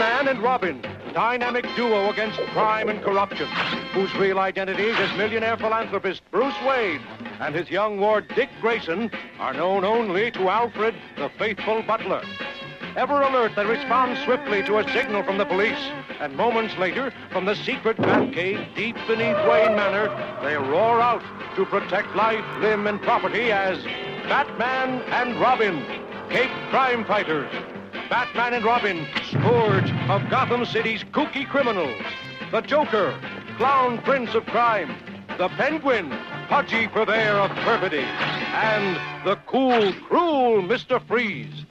Batman and Robin, dynamic duo against crime and corruption, whose real identities as millionaire philanthropist Bruce Wayne and his young ward Dick Grayson are known only to Alfred, the faithful butler. Ever alert, they respond swiftly to a signal from the police, and moments later, from the secret Batcave deep beneath Wayne Manor, they roar out to protect life, limb, and property as Batman and Robin, Cape Crime Fighters. Batman and Robin, scourge of Gotham City's kooky criminals. The Joker, clown prince of crime. The Penguin, pudgy purveyor of perfidy. And the cool, cruel Mr. Freeze.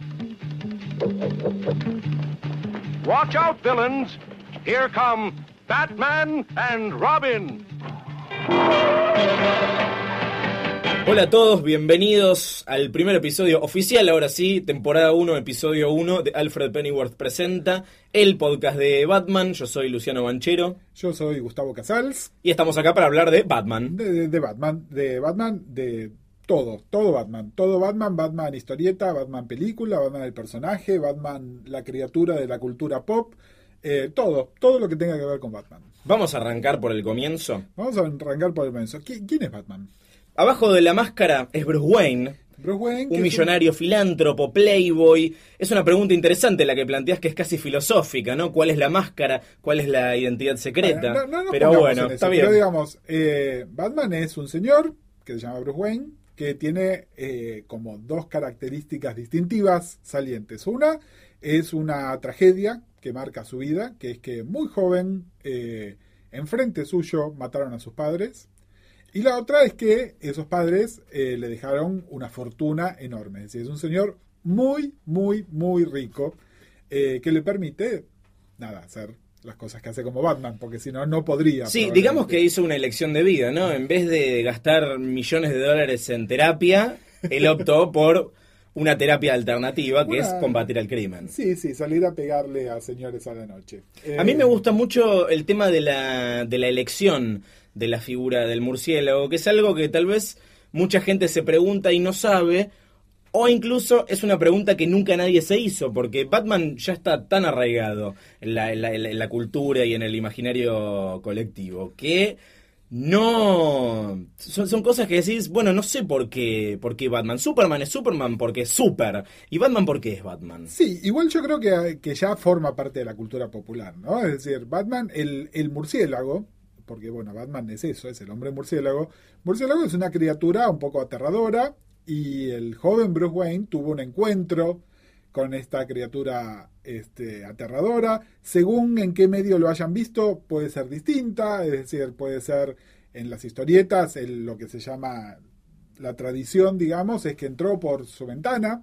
Watch out, villains. Here come Batman and Robin. Hola a todos, bienvenidos al primer episodio oficial, ahora sí, temporada 1, episodio 1 de Alfred Pennyworth Presenta, el podcast de Batman. Yo soy Luciano Banchero. Yo soy Gustavo Casals. Y estamos acá para hablar de Batman. De Batman, de todo Batman. Todo Batman, Batman historieta, Batman película, Batman el personaje, Batman la criatura de la cultura pop. Todo lo que tenga que ver con Batman. Vamos a arrancar por el comienzo. ¿Quién es Batman? Abajo de la máscara es Bruce Wayne, un millonario filántropo, playboy. Es una pregunta interesante la que planteas, que es casi filosófica, ¿no? ¿Cuál es la máscara? ¿Cuál es la identidad secreta? Pero bueno, está bien. Pero digamos, Batman es un señor que se llama Bruce Wayne, que tiene como dos características distintivas salientes. Una es una tragedia que marca su vida, que es que muy joven, enfrente suyo, mataron a sus padres. Y la otra es que esos padres le dejaron una fortuna enorme. Es decir, es un señor muy, muy, muy rico que le permite, hacer las cosas que hace como Batman, porque si no, no podría. Sí, digamos que hizo una elección de vida, ¿no? En vez de gastar millones de dólares en terapia, él optó por una terapia alternativa, que es combatir al crimen. Sí, salir a pegarle a señores a la noche. A mí me gusta mucho el tema de la elección de la figura del murciélago, que es algo que tal vez mucha gente se pregunta y no sabe, o incluso es una pregunta que nunca nadie se hizo, porque Batman ya está tan arraigado en la cultura y en el imaginario colectivo, que no son cosas que decís, bueno, no sé por qué Batman. Superman es Superman porque es super, y Batman porque es Batman. Sí, igual yo creo que ya forma parte de la cultura popular, ¿no? Es decir, Batman, el murciélago, porque bueno, Batman es eso, es el hombre murciélago. Murciélago es una criatura un poco aterradora, y el joven Bruce Wayne tuvo un encuentro con esta criatura aterradora. Según en qué medio lo hayan visto, puede ser distinta, es decir, puede ser en las historietas, lo que se llama la tradición, digamos, es que entró por su ventana.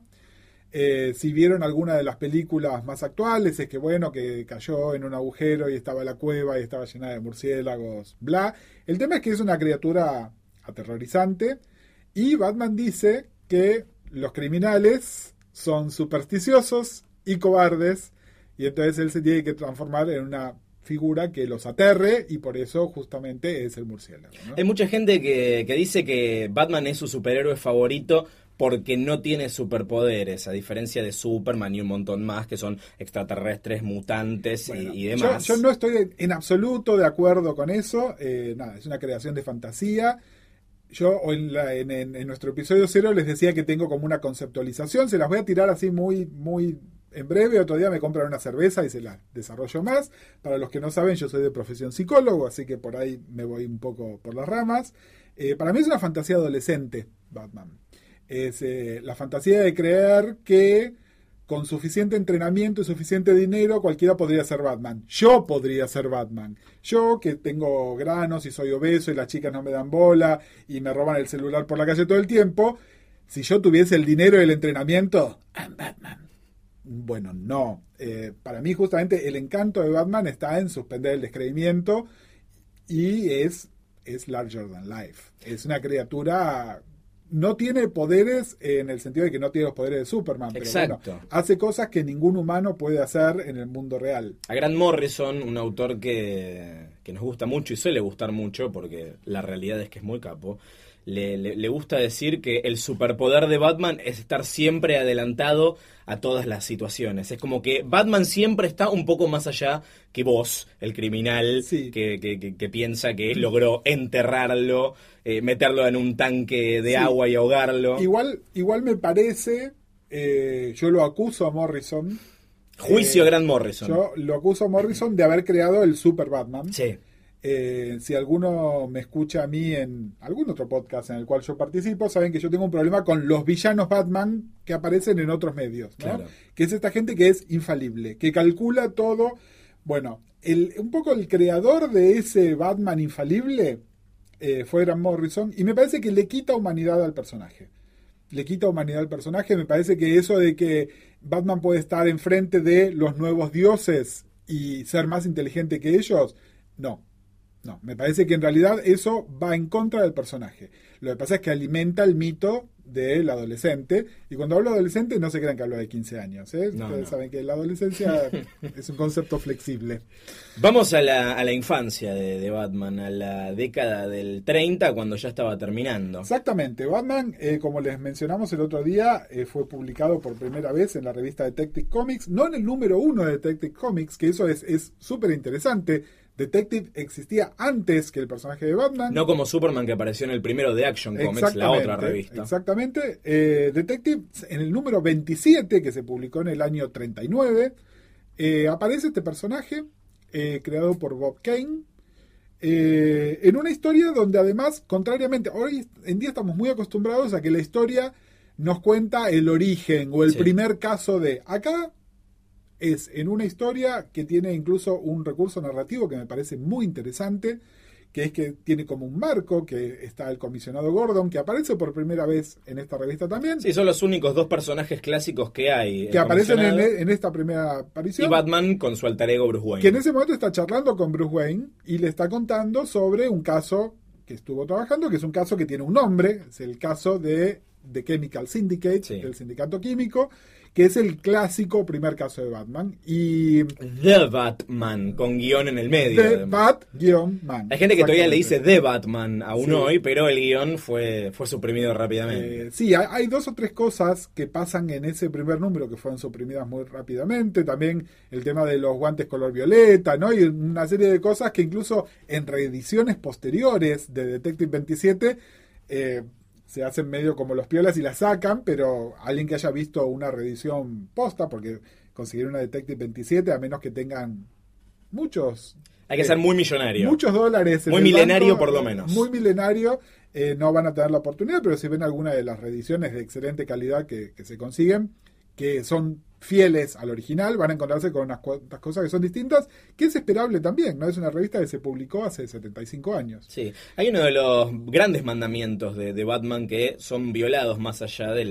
Si vieron alguna de las películas más actuales, es que bueno, que cayó en un agujero y estaba la cueva y estaba llena de murciélagos, bla. El tema es que es una criatura aterrorizante, y Batman dice que los criminales son supersticiosos y cobardes, y entonces él se tiene que transformar en una figura que los aterre, y por eso justamente es el murciélago, ¿no? Hay mucha gente que dice que Batman es su superhéroe favorito porque no tiene superpoderes, a diferencia de Superman y un montón más que son extraterrestres, mutantes, bueno, y demás. Yo no estoy en absoluto de acuerdo con eso. Es una creación de fantasía. Yo en nuestro episodio 0 les decía que tengo como una conceptualización. Se las voy a tirar así muy, muy en breve. Otro día me compran una cerveza y se la desarrollo más. Para los que no saben, yo soy de profesión psicólogo, así que por ahí me voy un poco por las ramas. Para mí es una fantasía adolescente, Batman. Es la fantasía de creer que con suficiente entrenamiento y suficiente dinero cualquiera podría ser Batman. Yo podría ser Batman. Yo, que tengo granos y soy obeso y las chicas no me dan bola y me roban el celular por la calle todo el tiempo, si yo tuviese el dinero y el entrenamiento, I'm Batman. Bueno, no. Para mí justamente el encanto de Batman está en suspender el descreimiento, y es larger than life. Es una criatura. No tiene poderes en el sentido de que no tiene los poderes de Superman. Exacto. Pero bueno, hace cosas que ningún humano puede hacer en el mundo real. A Grant Morrison, un autor que nos gusta mucho y suele gustar mucho, porque la realidad es que es muy capo, le gusta decir que el superpoder de Batman es estar siempre adelantado a todas las situaciones. Es como que Batman siempre está un poco más allá que vos, el criminal, Sí. que piensa que logró enterrarlo, meterlo en un tanque de Sí. agua y ahogarlo. Igual me parece, yo lo acuso a Morrison. Juicio a Grant Morrison. Yo lo acuso a Morrison de haber creado el Super Batman. Sí. Si alguno me escucha a mí en algún otro podcast en el cual yo participo, saben que yo tengo un problema con los villanos Batman que aparecen en otros medios, ¿no? Claro. Que es esta gente que es infalible, que calcula todo. Bueno, un poco el creador de ese Batman infalible fue Grant Morrison, y me parece que le quita humanidad al personaje. Le quita humanidad al personaje. Me parece que eso de que Batman puede estar enfrente de los nuevos dioses y ser más inteligente que ellos, no, me parece que en realidad eso va en contra del personaje. Lo que pasa es que alimenta el mito del adolescente, y cuando hablo de adolescente no se crean que hablo de 15 años, ¿eh? No, Ustedes no. saben que la adolescencia es un concepto flexible. Vamos a la infancia de Batman, a la década del 30, cuando ya estaba terminando. Exactamente, Batman, como les mencionamos el otro día, fue publicado por primera vez en la revista Detective Comics, no en el número 1 de Detective Comics, que eso es súper interesante. Detective existía antes que el personaje de Batman. No como Superman, que apareció en el primero de Action Comics, la otra revista. Exactamente. Detective, en el número 27, que se publicó en el año 39, aparece este personaje creado por Bob Kane, en una historia donde además, contrariamente, hoy en día estamos muy acostumbrados a que la historia nos cuenta el origen o el Sí. primer caso de... Acá es en una historia que tiene incluso un recurso narrativo que me parece muy interesante, que es que tiene como un marco, que está el comisionado Gordon, que aparece por primera vez en esta revista también, Sí, son los únicos dos personajes clásicos que hay. que el aparecen comisionado en esta primera aparición. y Batman con su alter ego Bruce Wayne. Que en ese momento está charlando con Bruce Wayne y le está contando sobre un caso que estuvo trabajando, que es un caso que tiene un nombre, es el caso de The Chemical Syndicate, Sí. del sindicato químico, que es el clásico primer caso de Batman. Y The Batman, con guión en el medio. The además. Bat-Man. Hay gente que todavía le Exactamente. dice The Batman aún Sí. hoy, pero el guión fue suprimido rápidamente. Sí, hay dos o tres cosas que pasan en ese primer número que fueron suprimidas muy rápidamente. También el tema de los guantes color violeta, ¿no? Y una serie de cosas que incluso en reediciones posteriores de Detective 27 se hacen medio como los piolas y la sacan, pero alguien que haya visto una reedición posta, porque conseguir una Detective 27, a menos que tengan muchos... Hay que ser muy millonario. Muchos dólares en Muy el milenario, banco, por lo menos. Muy milenario, no van a tener la oportunidad, pero si ven alguna de las reediciones de excelente calidad que se consiguen, que son fieles al original, van a encontrarse con unas cuantas cosas que son distintas, que es esperable también, ¿no? Es una revista que se publicó hace 75 años. Sí, hay uno de los grandes mandamientos de Batman que son violados más allá de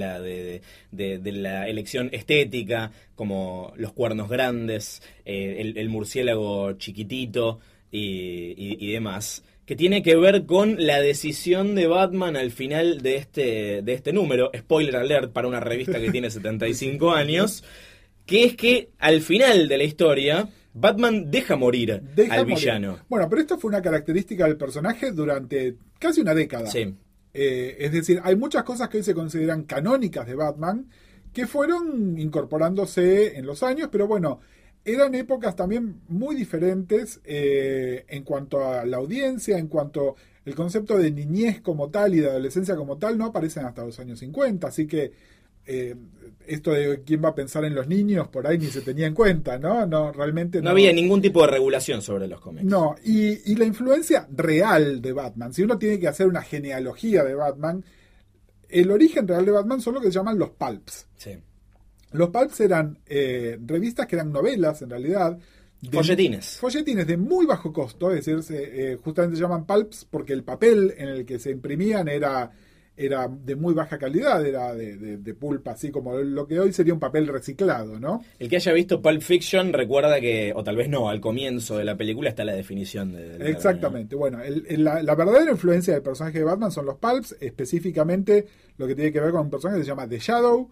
la elección estética, como los cuernos grandes, el murciélago chiquitito y demás, que tiene que ver con la decisión de Batman al final de este número, spoiler alert para una revista que tiene 75 años, que es que al final de la historia Batman deja morir Deja al morir. villano. Bueno, pero esto fue una característica del personaje durante casi una década. Sí. Es decir, hay muchas cosas que hoy se consideran canónicas de Batman que fueron incorporándose en los años, pero bueno, eran épocas también muy diferentes en cuanto a la audiencia, en cuanto el concepto de niñez como tal y de adolescencia como tal no aparecen hasta los años 50, así que esto de quién va a pensar en los niños por ahí ni se tenía en cuenta, ¿no? No, realmente No había ningún tipo de regulación sobre los cómics. No, y la influencia real de Batman, si uno tiene que hacer una genealogía de Batman, el origen real de Batman son lo que se llaman los pulps. Sí. Los pulps eran revistas que eran novelas, en realidad. Folletines. Folletines de muy bajo costo, es decir, justamente se llaman pulps porque el papel en el que se imprimían era de muy baja calidad, era de pulpa, así como lo que hoy sería un papel reciclado, ¿no? El que haya visto Pulp Fiction recuerda que, o tal vez no, al comienzo de la película está la definición del Exactamente. Bueno, la verdadera influencia del personaje de Batman son los pulps, específicamente lo que tiene que ver con un personaje que se llama The Shadow,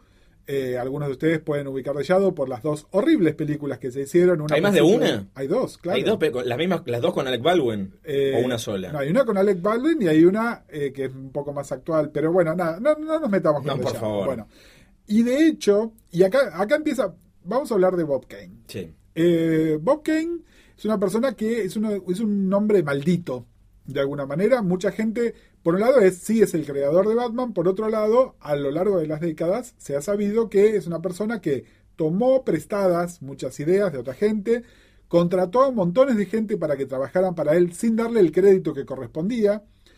Algunos de ustedes pueden ubicar The Shadow por las dos horribles películas que se hicieron. ¿Hay más de una? Hay dos, claro. Hay dos, las dos con Alec Baldwin, o una sola. No, hay una con Alec Baldwin y hay una que es un poco más actual. Pero bueno, nada, no nos metamos con No, The por Shadow. favor. Bueno, y de hecho, y acá empieza, vamos a hablar de Bob Kane. Sí. Bob Kane es una persona que es un hombre maldito, de alguna manera. Mucha gente, por un lado, sí es el creador de Batman, por otro lado, a lo largo de las décadas se ha sabido que es una persona que tomó prestadas muchas ideas de otra gente, contrató a montones de gente para que trabajaran para él sin darle el crédito que correspondía,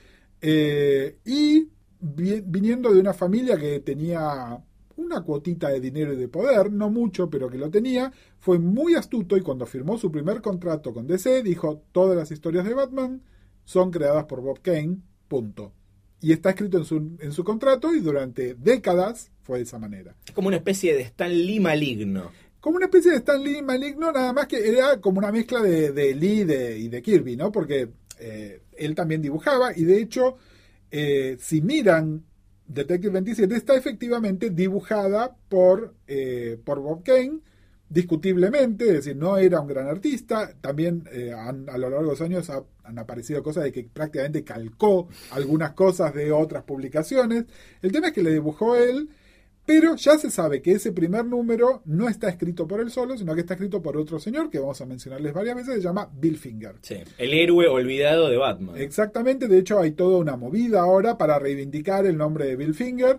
y viniendo de una familia que tenía una cuotita de dinero y de poder, no mucho, pero que lo tenía, fue muy astuto y cuando firmó su primer contrato con DC dijo: todas las historias de Batman son creadas por Bob Kane, punto. Y está escrito en su contrato y durante décadas fue de esa manera. Como una especie de Stan Lee maligno. Como una especie de Stan Lee maligno, nada más que era como una mezcla de Lee y de Kirby, ¿no? Porque él también dibujaba y de hecho, si miran Detective 27, está efectivamente dibujada por Bob Kane, discutiblemente, es decir, no era un gran artista. También a lo largo de los años han aparecido cosas de que prácticamente calcó algunas cosas de otras publicaciones. El tema es que le dibujó él, pero ya se sabe que ese primer número no está escrito por él solo, sino que está escrito por otro señor que vamos a mencionarles varias veces, se llama Bill Finger. Sí, el héroe olvidado de Batman. Exactamente, de hecho hay toda una movida ahora para reivindicar el nombre de Bill Finger.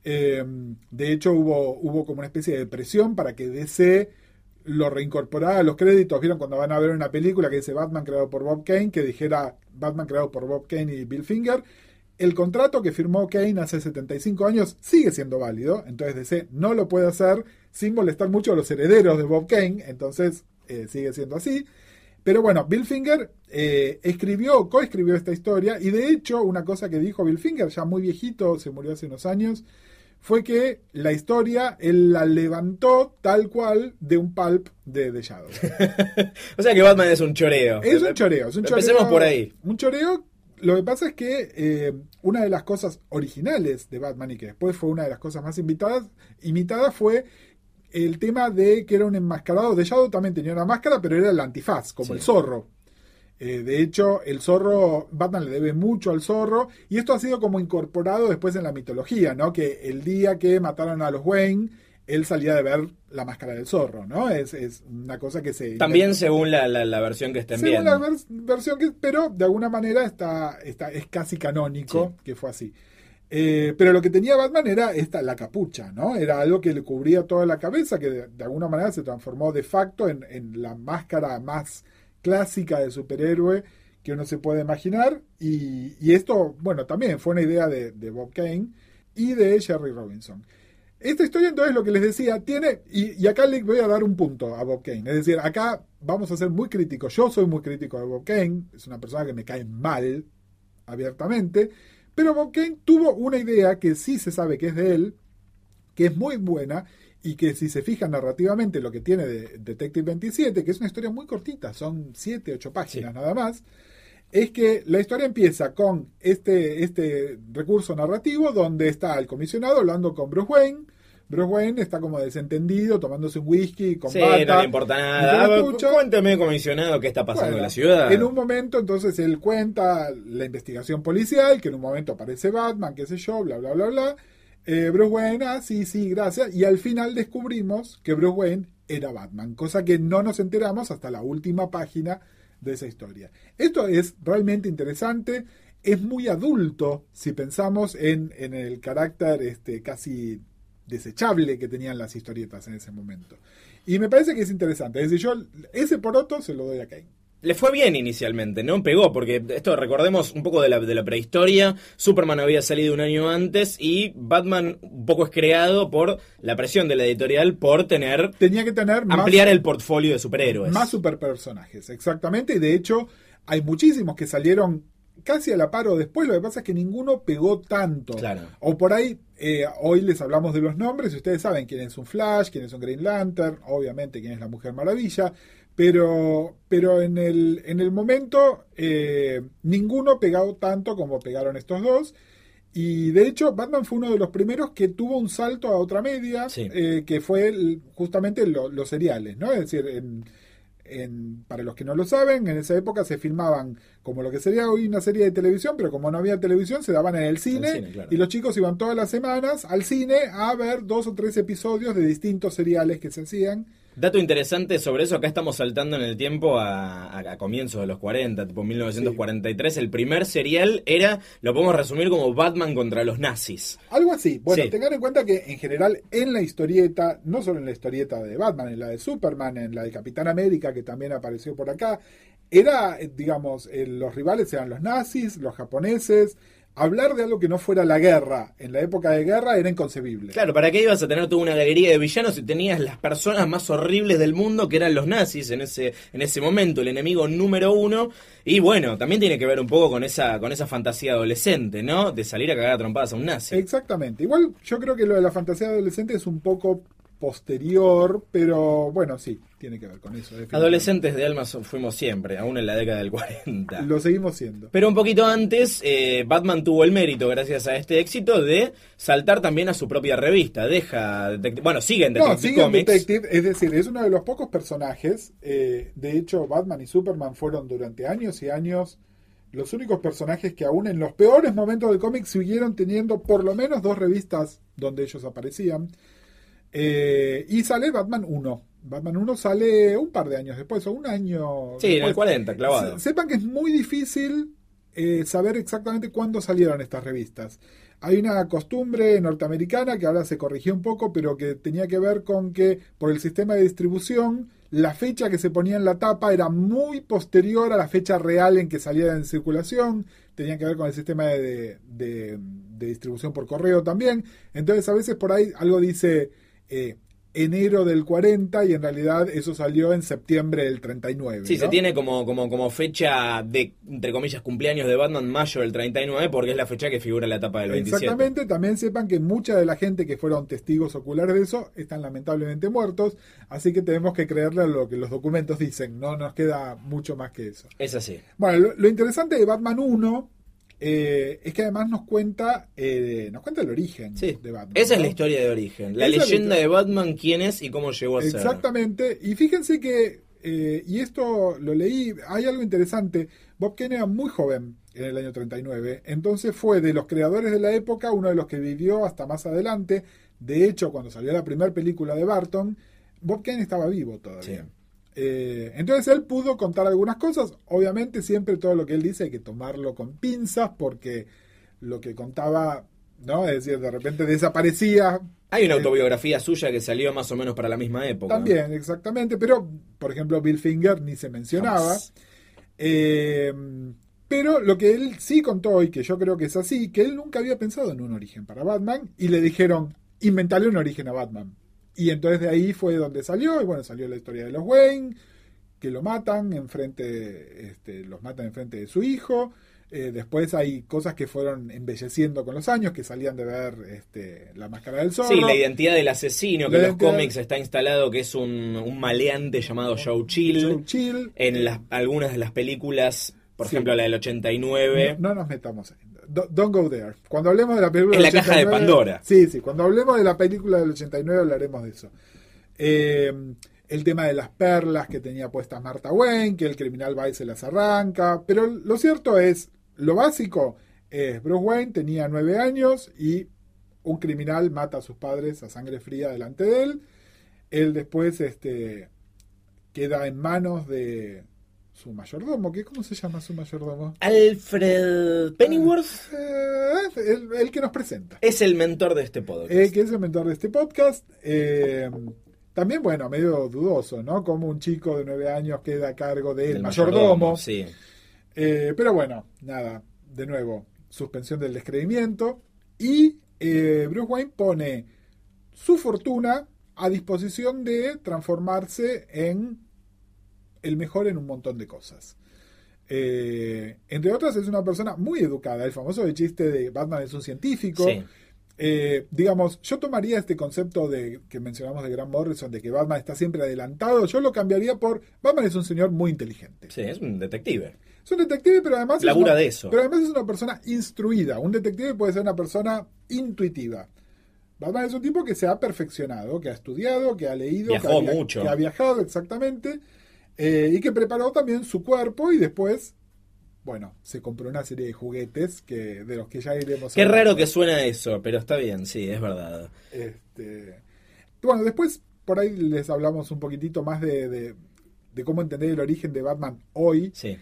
De hecho hubo como una especie de presión para que DC lo reincorporara a los créditos. Vieron cuando van a ver una película que dice Batman creado por Bob Kane, que dijera Batman creado por Bob Kane y Bill Finger. El contrato que firmó Kane hace 75 años sigue siendo válido, entonces DC no lo puede hacer sin molestar mucho a los herederos de Bob Kane, entonces sigue siendo así. Pero bueno, Bill Finger coescribió esta historia, y de hecho una cosa que dijo Bill Finger, ya muy viejito, se murió hace unos años, fue que la historia él la levantó tal cual de un pulp de The Shadow. O sea que Batman es un choreo. Es un choreo. Empecemos por ahí. Un choreo. Lo que pasa es que una de las cosas originales de Batman, y que después fue una de las cosas más imitadas, fue el tema de que era un enmascarado. The Shadow también tenía una máscara, pero era el antifaz, como el Zorro. De hecho, el Zorro, Batman le debe mucho al Zorro, y esto ha sido como incorporado después en la mitología, ¿no? Que el día que mataron a los Wayne, él salía de ver la máscara del Zorro, ¿no? Es una cosa que se... También según la versión que estén viendo. Según la versión pero de alguna manera es casi canónico, sí, que fue así. Pero lo que tenía Batman era la capucha, ¿no? Era algo que le cubría toda la cabeza, que de alguna manera se transformó de facto en la máscara más clásica de superhéroe que uno se puede imaginar. Y esto, bueno, también fue una idea de Bob Kane y de Jerry Robinson. Esta historia, entonces, lo que les decía, tiene, y acá le voy a dar un punto a Bob Kane, es decir, acá vamos a ser muy críticos. Yo soy muy crítico de Bob Kane, es una persona que me cae mal abiertamente, pero Bob Kane tuvo una idea que sí se sabe que es de él, que es muy buena, y que si se fijan narrativamente lo que tiene de Detective 27, que es una historia muy cortita, son 7, 8 páginas, sí, nada más, es que la historia empieza con este recurso narrativo donde está el comisionado hablando con Bruce Wayne. Bruce Wayne está como desentendido, tomándose un whisky con bata. No le importa nada. Cuéntame, comisionado, qué está pasando en la ciudad. En un momento, entonces, él cuenta la investigación policial, que en un momento aparece Batman, qué sé yo, bla, bla, bla, bla. Bruce Wayne, sí, gracias. Y al final descubrimos que Bruce Wayne era Batman, cosa que no nos enteramos hasta la última página de esa historia. Esto es realmente interesante, es muy adulto si pensamos en el carácter casi desechable que tenían las historietas en ese momento. Y me parece que es interesante. Es decir, yo ese poroto se lo doy a Kane. Le fue bien inicialmente, ¿no? Pegó, porque esto recordemos un poco de la prehistoria. Superman había salido un año antes y Batman un poco es creado por la presión de la editorial por tenía que tener ampliar el portfolio de superhéroes. Más superpersonajes, exactamente. Y de hecho hay muchísimos que salieron casi a la par o después. Lo que pasa es que ninguno pegó tanto. Claro. O por ahí, hoy les hablamos de los nombres y ustedes saben quién es un Flash, quién es un Green Lantern, obviamente quién es la Mujer Maravilla. Pero en el momento ninguno pegó tanto como pegaron estos dos. Y de hecho, Batman fue uno de los primeros que tuvo un salto a otra media, Sí. que fue justamente los seriales, ¿no? Es decir, para los que no lo saben, en esa época se filmaban como lo que sería hoy una serie de televisión, pero como no había televisión, se daban en el cine, claro. y los chicos iban todas las semanas al cine a ver 2 o 3 episodios de distintos seriales que se hacían. Dato interesante sobre eso, acá estamos saltando en el tiempo a comienzos de los 40, tipo 1943. Sí. El primer serial era, lo podemos resumir como Batman contra los nazis. Algo así. Bueno, sí. Tengan en cuenta que en general en la historieta, no solo en la historieta de Batman, en la de Superman, en la de Capitán América, que también apareció por acá, era, digamos, los rivales eran los nazis, los japoneses. Hablar de algo que no fuera la guerra en la época de guerra era inconcebible. Claro, ¿para qué ibas a tener toda una galería de villanos si tenías las personas más horribles del mundo, que eran los nazis en ese momento, el enemigo número 1? Y bueno, también tiene que ver un poco con esa fantasía adolescente, ¿no? De salir a cagar a trompadas a un nazi. Exactamente. Igual yo creo que lo de la fantasía adolescente es un poco posterior, pero bueno, sí, tiene que ver con eso. Adolescentes de alma fuimos siempre, aún en la década del 40. Lo seguimos siendo. Pero un poquito antes, Batman tuvo el mérito, gracias a este éxito, de saltar también a su propia revista. Sigue en Detective Comics. Detective, es decir, es uno de los pocos personajes. De hecho, Batman y Superman fueron durante años y años los únicos personajes que aún en los peores momentos del cómic siguieron teniendo por lo menos 2 revistas donde ellos aparecían. Y sale Batman 1. Batman 1 sale un par de años después, o un año sí, después. En el 40, clavado. Sepan que es muy difícil saber exactamente cuándo salieron estas revistas. Hay una costumbre norteamericana que ahora se corrigió un poco, pero que tenía que ver con que por el sistema de distribución, la fecha que se ponía en la tapa era muy posterior a la fecha real en que salía en circulación. Tenía que ver con el sistema de distribución por correo también. Entonces a veces por ahí algo dice enero del 40 y en realidad eso salió en septiembre del 39. Sí, ¿no? Se tiene como fecha de, entre comillas, cumpleaños de Batman, mayo del 39, porque es la fecha que figura en la etapa del 27. Exactamente, también sepan que mucha de la gente que fueron testigos oculares de eso están lamentablemente muertos, así que tenemos que creerle a lo que los documentos dicen, no nos queda mucho más que eso. Es así. Bueno, lo interesante de Batman 1 es que además nos cuenta el origen de Batman. Esa es la historia de origen. La leyenda de Batman, quién es y cómo llegó a ser. Exactamente. Y fíjense que, y esto lo leí, hay algo interesante. Bob Kane era muy joven en el año 39. Entonces fue de los creadores de la época, uno de los que vivió hasta más adelante. De hecho, cuando salió la primera película de Burton, Bob Kane estaba vivo todavía. Sí. Entonces él pudo contar algunas cosas. Obviamente siempre todo lo que él dice hay que tomarlo con pinzas porque lo que contaba, ¿no? Es decir, de repente desaparecía. Hay una autobiografía suya que salió más o menos para la misma época. También, exactamente. Pero, por ejemplo, Bill Finger ni se mencionaba. Pero lo que él sí contó, y que yo creo que es así, que él nunca había pensado en un origen para Batman y le dijeron, inventale un origen a Batman. Y entonces de ahí fue donde salió, y bueno, salió la historia de los Wayne, que lo matan los matan enfrente de su hijo. Después hay cosas que fueron embelleciendo con los años, que salían de ver La Máscara del Zorro. Sí, la identidad del asesino, que en los cómics está instalado, que es un maleante llamado Joe Chill. En algunas de las películas, por ejemplo la del 89. No nos metamos ahí. Don't go there. Cuando hablemos de la película del 89... En la caja de Pandora. Sí, cuando hablemos de la película del 89 hablaremos de eso. El tema de las perlas que tenía puestas Martha Wayne, que el criminal va y se las arranca. Pero lo cierto es, lo básico es, Bruce Wayne tenía 9 años y un criminal mata a sus padres a sangre fría delante de él. Él después queda en manos de su mayordomo. ¿Cómo se llama su mayordomo? Alfred Pennyworth. El que nos presenta. Es el mentor de este podcast. Que es el mentor de este podcast. También, bueno, medio dudoso, ¿no? Como un chico de 9 años queda a cargo del mayordomo. Sí. Pero bueno, nada. De nuevo, suspensión del descreimiento. Y Bruce Wayne pone su fortuna a disposición de transformarse en el mejor en un montón de cosas. Entre otras, es una persona muy educada. El famoso chiste de Batman es un científico. Sí. digamos, yo tomaría este concepto que mencionamos de Grant Morrison, de que Batman está siempre adelantado, yo lo cambiaría por Batman es un señor muy inteligente. Sí, es un detective. Es un detective, pero además labura de eso. Pero además es una persona instruida. Un detective puede ser una persona intuitiva. Batman es un tipo que se ha perfeccionado, que ha estudiado, que ha leído, mucho. Que ha viajado exactamente, y que preparó también su cuerpo y después, bueno, se compró una serie de juguetes de los que ya iremos Qué raro que suena eso, pero está bien, sí, es verdad. Bueno, después por ahí les hablamos un poquitito más de cómo entender el origen de Batman hoy. Sí.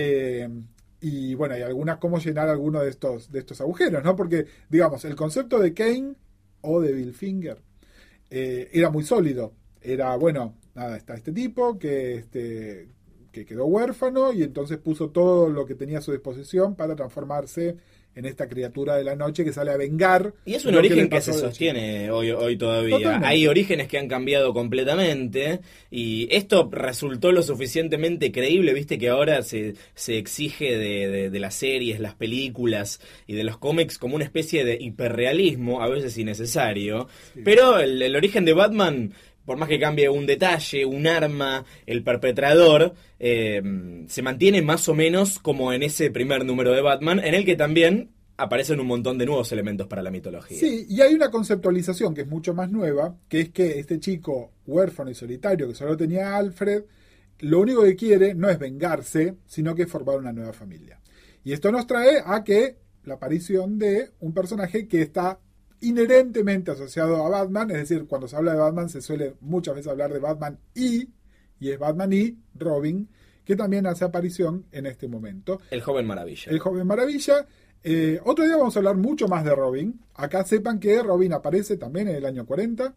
Y bueno, y cómo llenar alguno de estos agujeros, ¿no? Porque, digamos, el concepto de Kane o de Bill Finger era muy sólido. Era, bueno, nada, está este tipo que quedó huérfano y entonces puso todo lo que tenía a su disposición para transformarse en esta criatura de la noche que sale a vengar. Y es un origen que se sostiene hoy todavía. Totalmente. Hay orígenes que han cambiado completamente y esto resultó lo suficientemente creíble, viste que ahora se exige de las series, las películas y de los cómics como una especie de hiperrealismo, a veces innecesario. Sí. Pero el origen de Batman, por más que cambie un detalle, un arma, el perpetrador, se mantiene más o menos como en ese primer número de Batman, en el que también aparecen un montón de nuevos elementos para la mitología. Sí, y hay una conceptualización que es mucho más nueva, que es que este chico huérfano y solitario que solo tenía a Alfred, lo único que quiere no es vengarse, sino que formar una nueva familia. Y esto nos trae a que la aparición de un personaje que está inherentemente asociado a Batman, es decir, cuando se habla de Batman se suele muchas veces hablar de Batman y es Batman y Robin, que también hace aparición en este momento. El Joven Maravilla. El Joven Maravilla. Otro día vamos a hablar mucho más de Robin. Acá sepan que Robin aparece también en el año 40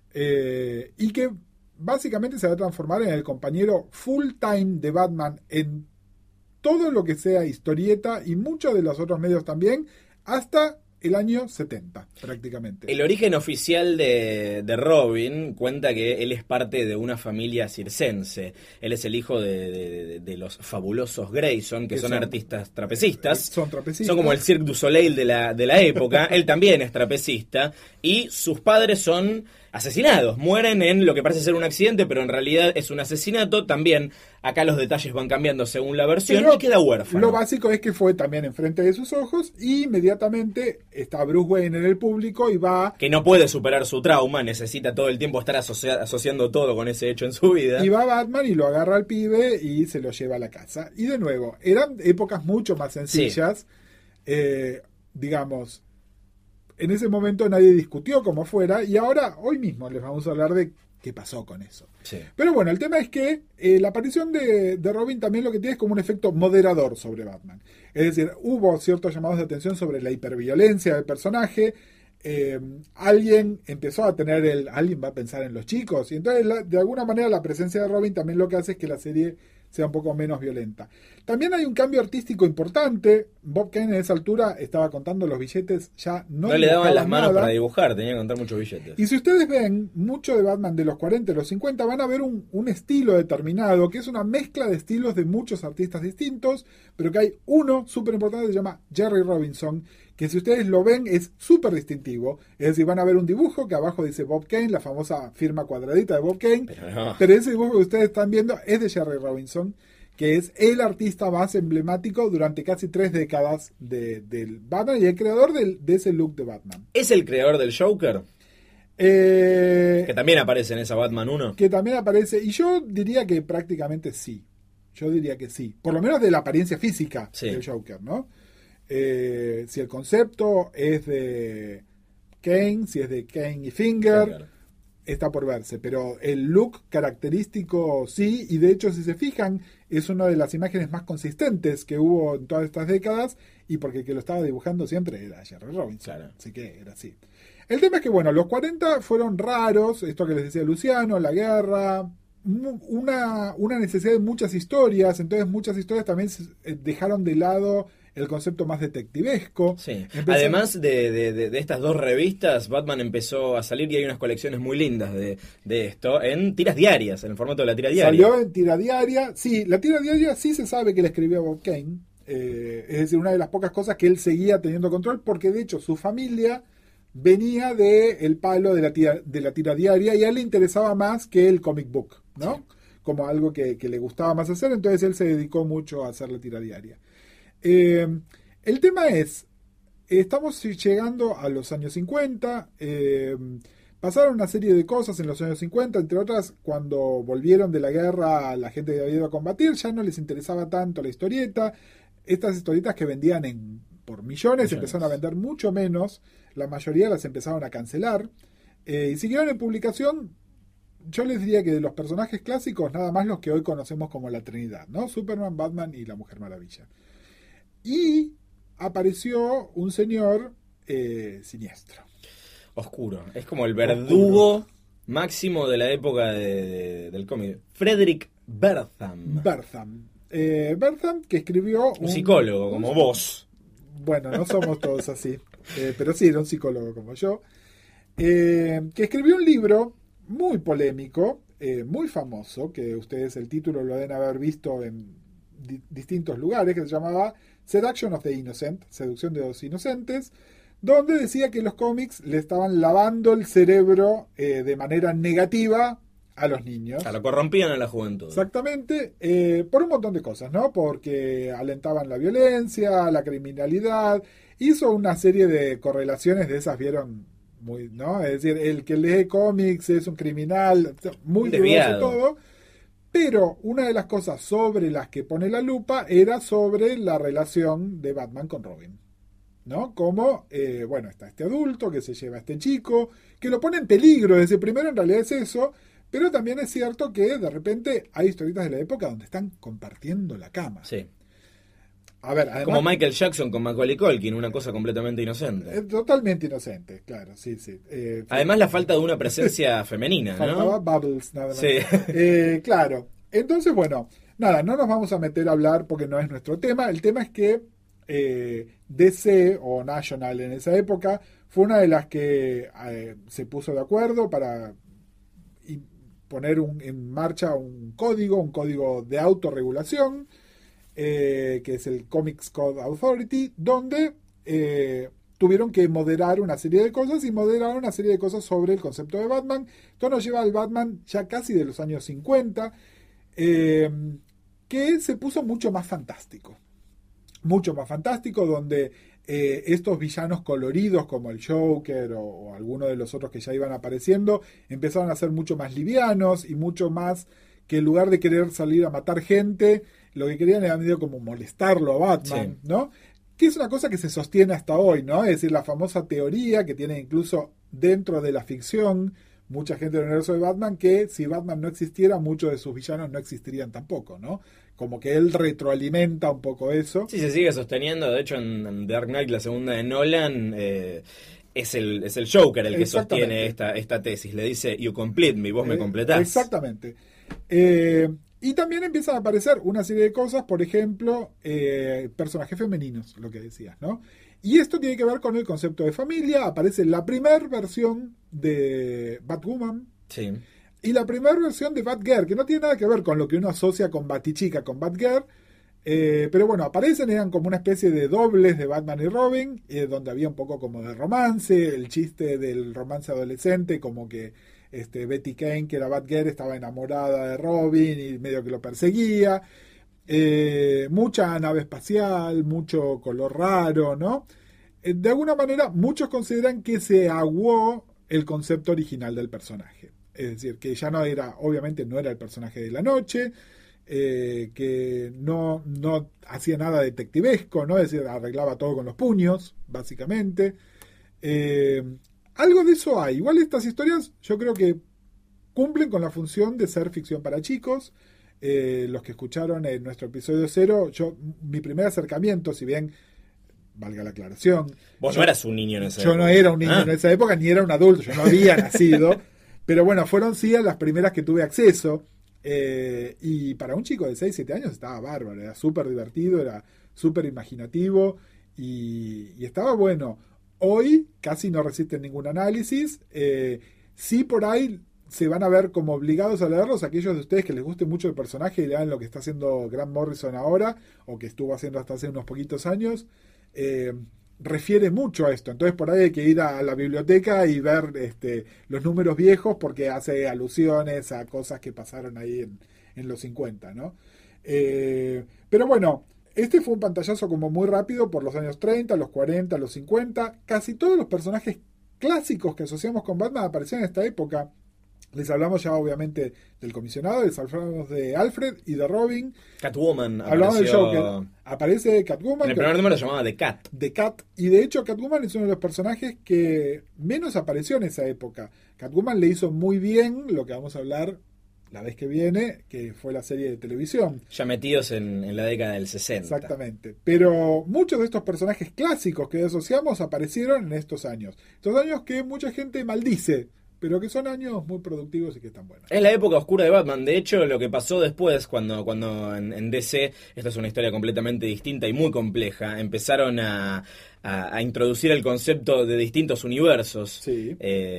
y que básicamente se va a transformar en el compañero full time de Batman en todo lo que sea historieta y muchos de los otros medios también, hasta el año 70, prácticamente. El origen oficial de Robin cuenta que él es parte de una familia circense. Él es el hijo de los fabulosos Grayson, que son artistas trapecistas. Son trapecistas. Son como el Cirque du Soleil de la época. Él también es trapecista. Y sus padres son asesinados. Mueren en lo que parece ser un accidente, pero en realidad es un asesinato. También acá los detalles van cambiando según la versión, pero y queda huérfano. Lo básico es que fue también enfrente de sus ojos y inmediatamente está Bruce Wayne en el público y va... Que no puede superar su trauma, necesita todo el tiempo estar asociando todo con ese hecho en su vida. Y va Batman y lo agarra al pibe y se lo lleva a la casa. Y de nuevo, eran épocas mucho más sencillas. Sí. Digamos, en ese momento nadie discutió cómo fuera y ahora, hoy mismo, les vamos a hablar de qué pasó con eso. Sí. Pero bueno, el tema es que la aparición de Robin también lo que tiene es como un efecto moderador sobre Batman. Es decir, hubo ciertos llamados de atención sobre la hiperviolencia del personaje. Alguien empezó a tener alguien va a pensar en los chicos. Y entonces, de alguna manera, la presencia de Robin también lo que hace es que la serie sea un poco menos violenta. También hay un cambio artístico importante. Bob Kane en esa altura estaba contando los billetes, ya no le daban las manos para dibujar, tenía que contar muchos billetes. Y si ustedes ven mucho de Batman de los 40 y los 50, van a ver un estilo determinado, que es una mezcla de estilos de muchos artistas distintos, pero que hay uno súper importante que se llama Jerry Robinson, que si ustedes lo ven es súper distintivo. Es decir, van a ver un dibujo que abajo dice Bob Kane, la famosa firma cuadradita de Bob Kane, pero ese dibujo que ustedes están viendo es de Jerry Robinson, que es el artista más emblemático durante casi 3 décadas del Batman y el creador de ese look de Batman. ¿Es el creador del Joker? Que también aparece en esa Batman 1. Que también aparece, y yo diría que prácticamente sí. Yo diría que sí. Por lo menos de la apariencia física del Joker, ¿no? Si el concepto es de Kane, si es de Kane y Finger, está por verse, pero el look característico sí, y de hecho si se fijan es una de las imágenes más consistentes que hubo en todas estas décadas, y porque el que lo estaba dibujando siempre era Jerry Robinson, claro. Así que era así. El tema es que bueno, los 40 fueron raros, esto que les decía Luciano, la guerra, una necesidad de muchas historias, entonces muchas historias también dejaron de lado el concepto más detectivesco. Sí. Además de estas dos revistas, Batman empezó a salir y hay unas colecciones muy lindas de esto en tiras diarias, en el formato de la tira diaria. Salió en tira diaria, sí, la tira diaria sí se sabe que la escribió Bob Kane, es decir, una de las pocas cosas que él seguía teniendo control, porque de hecho su familia venía del palo de la tira diaria y a él le interesaba más que el comic book, ¿no? Sí. Como algo que le gustaba más hacer, entonces él se dedicó mucho a hacer la tira diaria. El tema es, estamos llegando a los años 50, pasaron una serie de cosas en los años 50, entre otras, cuando volvieron de la guerra, la gente que había ido a combatir, ya no les interesaba tanto la historieta. Estas historietas que vendían por millones empezaron a vender mucho menos, la mayoría las empezaron a cancelar, y siguieron en publicación. Yo les diría que de los personajes clásicos, nada más los que hoy conocemos como la Trinidad, ¿no? Superman, Batman y la Mujer Maravilla. Y apareció un señor siniestro. Oscuro. Es como el verdugo máximo de la época del cómic. Frederick Bertham. Bertham, que escribió... Un psicólogo, como vos. Bueno, no somos todos así. Pero sí, era un psicólogo como yo. Que escribió un libro muy polémico, muy famoso, que ustedes el título lo deben haber visto en distintos lugares, que se llamaba Seduction of the Innocent, Seducción de los Inocentes, donde decía que los cómics le estaban lavando el cerebro de manera negativa a los niños. Lo corrompían a la juventud. Exactamente, por un montón de cosas, ¿no? Porque alentaban la violencia, la criminalidad, hizo una serie de correlaciones de esas, vieron, muy, ¿no? Es decir, el que lee cómics es un criminal, muy desviado todo. Pero una de las cosas sobre las que pone la lupa era sobre la relación de Batman con Robin, ¿no? Como, bueno, está este adulto que se lleva a este chico, que lo pone en peligro. Desde primero en realidad es eso, pero también es cierto que de repente hay historietas de la época donde están compartiendo la cama. Sí. A ver, además, como Michael Jackson con Macaulay Culkin, una cosa completamente inocente. Totalmente inocente, claro, sí. Además la falta de una presencia femenina, faltaba, ¿no? Bubbles, nada más. Sí. Claro. Entonces, bueno, nada, no nos vamos a meter a hablar porque no es nuestro tema. El tema es que DC o National en esa época fue una de las que se puso de acuerdo para poner en marcha un código de autorregulación, que es el Comics Code Authority, donde tuvieron que moderar una serie de cosas y moderaron una serie de cosas sobre el concepto de Batman. Esto nos lleva al Batman ya casi de los años 50, que se puso mucho más fantástico, donde estos villanos coloridos como el Joker o alguno de los otros que ya iban apareciendo empezaron a ser mucho más livianos y mucho más que en lugar de querer salir a matar gente, lo que querían era medio como molestarlo a Batman, sí, ¿no? Que es una cosa que se sostiene hasta hoy, ¿no? Es decir, la famosa teoría que tiene incluso dentro de la ficción mucha gente del universo de Batman, que si Batman no existiera, muchos de sus villanos no existirían tampoco, ¿no? Como que él retroalimenta un poco eso. Sí, se sigue sosteniendo. De hecho, en Dark Knight, la segunda de Nolan, es el Joker el que sostiene esta tesis. Le dice, you complete me, vos me completás. Exactamente. Y también empiezan a aparecer una serie de cosas, por ejemplo, personajes femeninos, lo que decías, ¿no? Y esto tiene que ver con el concepto de familia. Aparece la primera versión de Batwoman. Sí. Y la primera versión de Batgirl, que no tiene nada que ver con lo que uno asocia con Batichica, con Batgirl. Pero bueno, aparecen, eran como una especie de dobles de Batman y Robin, donde había un poco como de romance, el chiste del romance adolescente, como que Betty Kane, que era Batgirl, estaba enamorada de Robin y medio que lo perseguía. Mucha nave espacial, mucho color raro, ¿no? De alguna manera, muchos consideran que se aguó el concepto original del personaje. Es decir, que ya no era, obviamente no era el personaje de la noche, que no hacía nada detectivesco, ¿no? Es decir, arreglaba todo con los puños, básicamente. Algo de eso hay. Igual estas historias yo creo que cumplen con la función de ser ficción para chicos. Los que escucharon en nuestro episodio 0, mi primer acercamiento, si bien, valga la aclaración... Vos no eras un niño en esa época. Yo no era un niño en esa época, ni era un adulto, yo no había nacido. Pero bueno, fueron sí a las primeras que tuve acceso. Y para un chico de 6, 7 años estaba bárbaro, era súper divertido, era súper imaginativo y estaba bueno. Hoy casi no resisten ningún análisis. Sí, por ahí se van a ver como obligados a leerlos aquellos de ustedes que les guste mucho el personaje y lean lo que está haciendo Grant Morrison ahora, o que estuvo haciendo hasta hace unos poquitos años. refiere mucho a esto. Entonces por ahí hay que ir a la biblioteca y ver los números viejos porque hace alusiones a cosas que pasaron ahí en los 50, ¿no? Pero bueno, este fue un pantallazo como muy rápido por los años 30, los 40, los 50. Casi todos los personajes clásicos que asociamos con Batman aparecieron en esta época. Les hablamos ya obviamente del comisionado, les hablamos de Alfred y de Robin. Catwoman hablamos del apareció... Joker. Aparece Catwoman. En el primer número se llamaba The Cat. The Cat. Y de hecho Catwoman es uno de los personajes que menos apareció en esa época. Catwoman le hizo muy bien lo que vamos a hablar la vez que viene, que fue la serie de televisión. Ya metidos en la década del 60. Exactamente. Pero muchos de estos personajes clásicos que asociamos aparecieron en estos años. Estos años que mucha gente maldice, pero que son años muy productivos y que están buenos. Es la época oscura de Batman. De hecho, lo que pasó después, cuando en DC, esta es una historia completamente distinta y muy compleja, empezaron a introducir el concepto de distintos universos, Sí.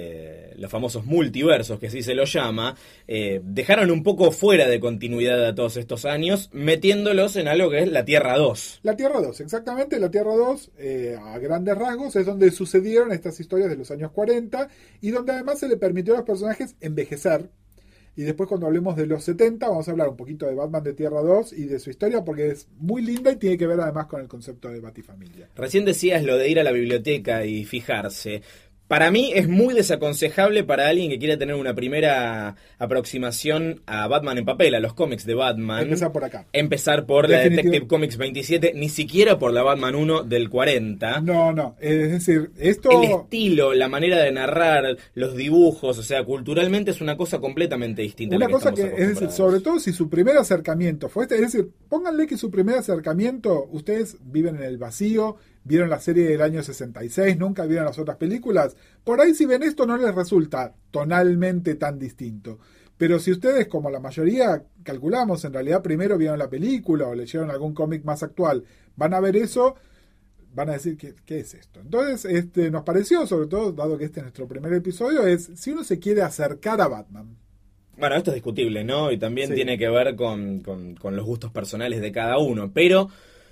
Los famosos multiversos, que así se lo llama, dejaron un poco fuera de continuidad a todos estos años, metiéndolos en algo que es la Tierra 2. La Tierra 2, exactamente. La Tierra 2, a grandes rasgos, es donde sucedieron estas historias de los años 40 y donde además se le permitió a los personajes envejecer. Y después cuando hablemos de los 70 vamos a hablar un poquito de Batman de Tierra 2 y de su historia porque es muy linda y tiene que ver además con el concepto de Batifamilia. Recién decías lo de ir a la biblioteca y fijarse. Para mí es muy desaconsejable para alguien que quiera tener una primera aproximación a Batman en papel, a los cómics de Batman. Empezar por acá. Empezar por la Detective Comics 27, ni siquiera por la Batman 1 del 40. No, es decir, esto... El estilo, la manera de narrar, los dibujos, o sea, culturalmente es una cosa completamente distinta. Una a la cosa estamos que, es decir, sobre todo si su primer acercamiento fue este, es decir, pónganle que su primer acercamiento, ustedes viven en el vacío, vieron la serie del año 66, nunca vieron las otras películas, por ahí si ven esto no les resulta tonalmente tan distinto. Pero si ustedes, como la mayoría calculamos, en realidad primero vieron la película o leyeron algún cómic más actual, van a ver eso, van a decir, ¿qué es esto? Entonces, nos pareció, sobre todo, dado que este es nuestro primer episodio, es si uno se quiere acercar a Batman. Bueno, esto es discutible, ¿no? Y también Sí. tiene que ver con los gustos personales de cada uno, pero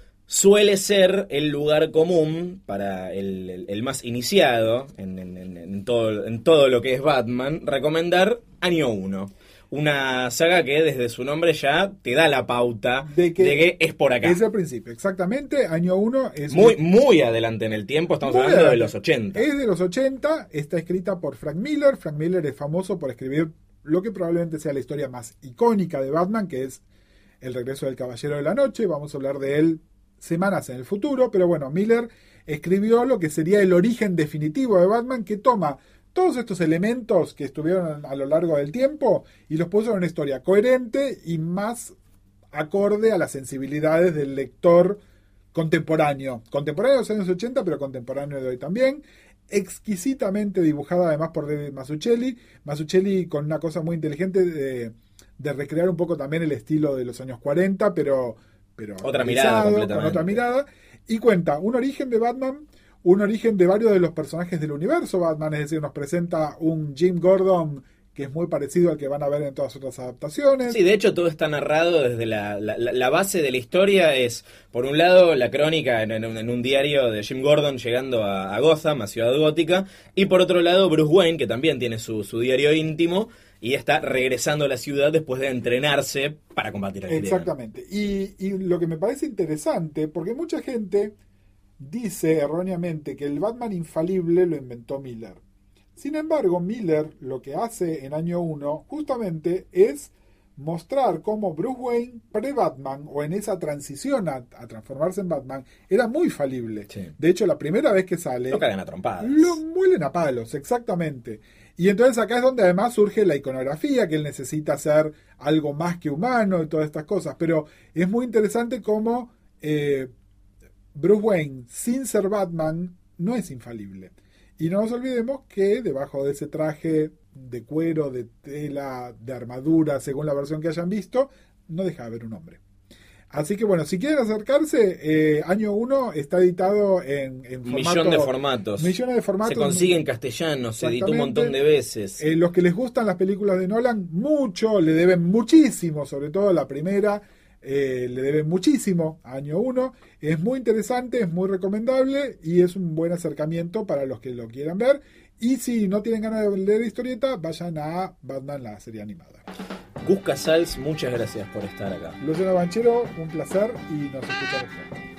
suele ser el lugar común para el más iniciado en todo lo que es Batman, recomendar Año 1. Una saga que desde su nombre ya te da la pauta de que es por acá. Es el principio, exactamente. Año 1 es... Muy adelante en el tiempo, estamos Muy hablando de adelante. los 80. Es de los 80, está escrita por Frank Miller. Frank Miller es famoso por escribir lo que probablemente sea la historia más icónica de Batman, que es El regreso del Caballero de la Noche. Vamos a hablar de él semanas en el futuro, pero bueno, Miller escribió lo que sería el origen definitivo de Batman, que toma todos estos elementos que estuvieron a lo largo del tiempo y los puso en una historia coherente y más acorde a las sensibilidades del lector contemporáneo de los años 80, pero contemporáneo de hoy también, exquisitamente dibujada además por David Mazzucchelli con una cosa muy inteligente de recrear un poco también el estilo de los años 40, pero otra mirada completamente. con otra mirada, y cuenta un origen de Batman, un origen de varios de los personajes del universo Batman, es decir, nos presenta un Jim Gordon que es muy parecido al que van a ver en todas otras adaptaciones. Sí, de hecho todo está narrado desde la base de la historia es, por un lado, la crónica en un diario de Jim Gordon llegando a Gotham, a Ciudad Gótica, y por otro lado Bruce Wayne, que también tiene su diario íntimo, y está regresando a la ciudad después de entrenarse para combatir al crimen. Exactamente. Y lo que me parece interesante, porque mucha gente dice erróneamente que el Batman infalible lo inventó Miller. Sin embargo, Miller lo que hace en Año 1 justamente es mostrar cómo Bruce Wayne pre-Batman o en esa transición a transformarse en Batman era muy falible. Sí. De hecho, la primera vez que sale Lo cagan a trompadas. lo muelen a palos, exactamente. Y entonces acá es donde además surge la iconografía, que él necesita ser algo más que humano y todas estas cosas. Pero es muy interesante cómo Bruce Wayne, sin ser Batman, no es infalible. Y no nos olvidemos que debajo de ese traje de cuero, de tela, de armadura, según la versión que hayan visto, no deja de haber un hombre. Así que bueno, si quieren acercarse, Año 1 está editado en Millón de formatos. Millones de formatos. Se consigue en castellano, se editó un montón de veces. Los que les gustan las películas de Nolan, mucho, le deben muchísimo, sobre todo la primera. le deben muchísimo a Año 1. Es muy interesante, es muy recomendable y es un buen acercamiento para los que lo quieran ver. Y si no tienen ganas de leer historieta, vayan a Batman, la serie animada. Gus Casals, muchas gracias por estar acá. Luciano Banchero, un placer y nos escuchamos pronto.